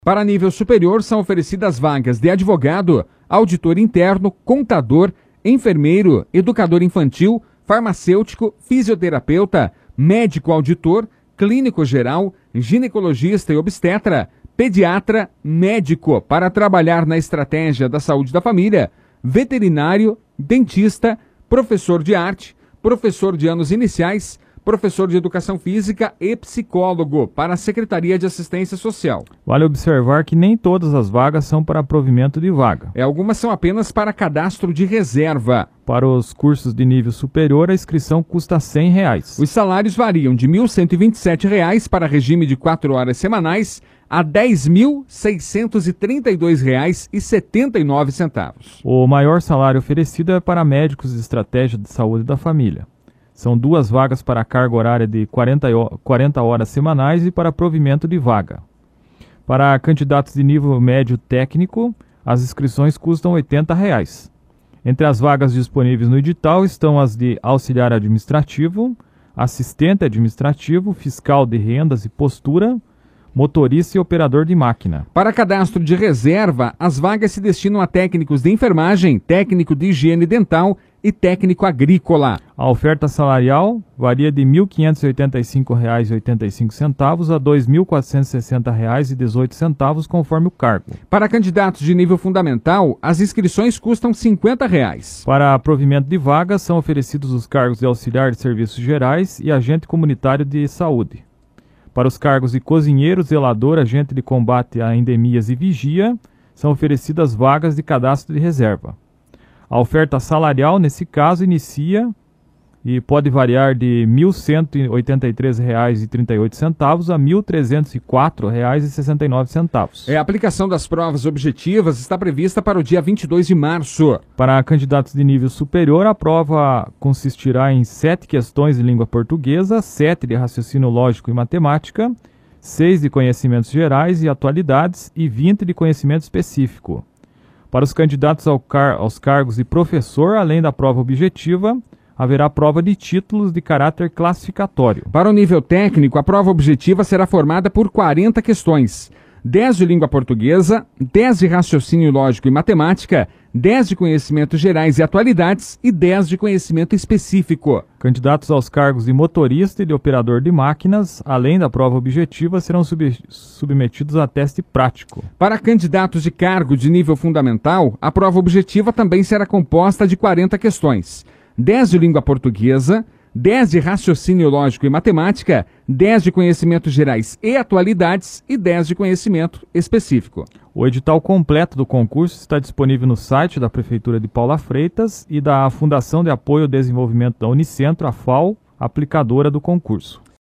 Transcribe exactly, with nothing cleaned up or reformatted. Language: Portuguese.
Para nível superior, são oferecidas vagas de advogado, auditor interno, contador, enfermeiro, educador infantil, farmacêutico, fisioterapeuta, médico auditor, clínico geral, ginecologista e obstetra, pediatra, médico para trabalhar na estratégia da saúde da família, veterinário, dentista, professor de arte, professor de anos iniciais, professor de educação física e psicólogo para a Secretaria de Assistência Social. Vale observar que nem todas as vagas são para provimento de vaga. É, algumas são apenas para cadastro de reserva. Para os cursos de nível superior, a inscrição custa cem reais. Os salários variam de mil cento e vinte e sete reais para regime de quatro horas semanais a dez mil seiscentos e trinta e dois reais e setenta e nove centavos. O maior salário oferecido é para médicos de estratégia de saúde da família. São duas vagas para carga horária de quarenta horas semanais e para provimento de vaga. Para candidatos de nível médio técnico, as inscrições custam oitenta reais. Entre as vagas disponíveis no edital estão as de auxiliar administrativo, assistente administrativo, fiscal de rendas e postura, motorista e operador de máquina. Para cadastro de reserva, as vagas se destinam a técnicos de enfermagem, técnico de higiene dental e técnico agrícola. A oferta salarial varia de mil quinhentos e oitenta e cinco reais e oitenta e cinco centavos a dois mil quatrocentos e sessenta reais e dezoito centavos, conforme o cargo. Para candidatos de nível fundamental, as inscrições custam cinquenta reais. Para provimento de vagas, são oferecidos os cargos de auxiliar de serviços gerais e agente comunitário de saúde. Para os cargos de cozinheiro, zelador, agente de combate a endemias e vigia, são oferecidas vagas de cadastro de reserva. A oferta salarial, nesse caso, inicia e pode variar de mil cento e oitenta e três reais e trinta e oito centavos a mil trezentos e quatro reais e sessenta e nove centavos. É, a aplicação das provas objetivas está prevista para o dia vinte e dois de março. Para candidatos de nível superior, a prova consistirá em sete questões de língua portuguesa, sete de raciocínio lógico e matemática, seis de conhecimentos gerais e atualidades e vinte de conhecimento específico. Para os candidatos ao car- aos cargos de professor, além da prova objetiva, haverá prova de títulos de caráter classificatório. Para o nível técnico, a prova objetiva será formada por quarenta questões. dez de língua portuguesa, dez de raciocínio lógico e matemática, dez de conhecimentos gerais e atualidades e dez de conhecimento específico. Candidatos aos cargos de motorista e de operador de máquinas, além da prova objetiva, serão sub- submetidos a teste prático. Para candidatos de cargo de nível fundamental, a prova objetiva também será composta de quarenta questões. dez de língua portuguesa, dez de raciocínio lógico e matemática, dez de conhecimentos gerais e atualidades e dez de conhecimento específico. O edital completo do concurso está disponível no site da Prefeitura de Paula Freitas e da Fundação de Apoio ao Desenvolvimento da Unicentro, a F A O, aplicadora do concurso.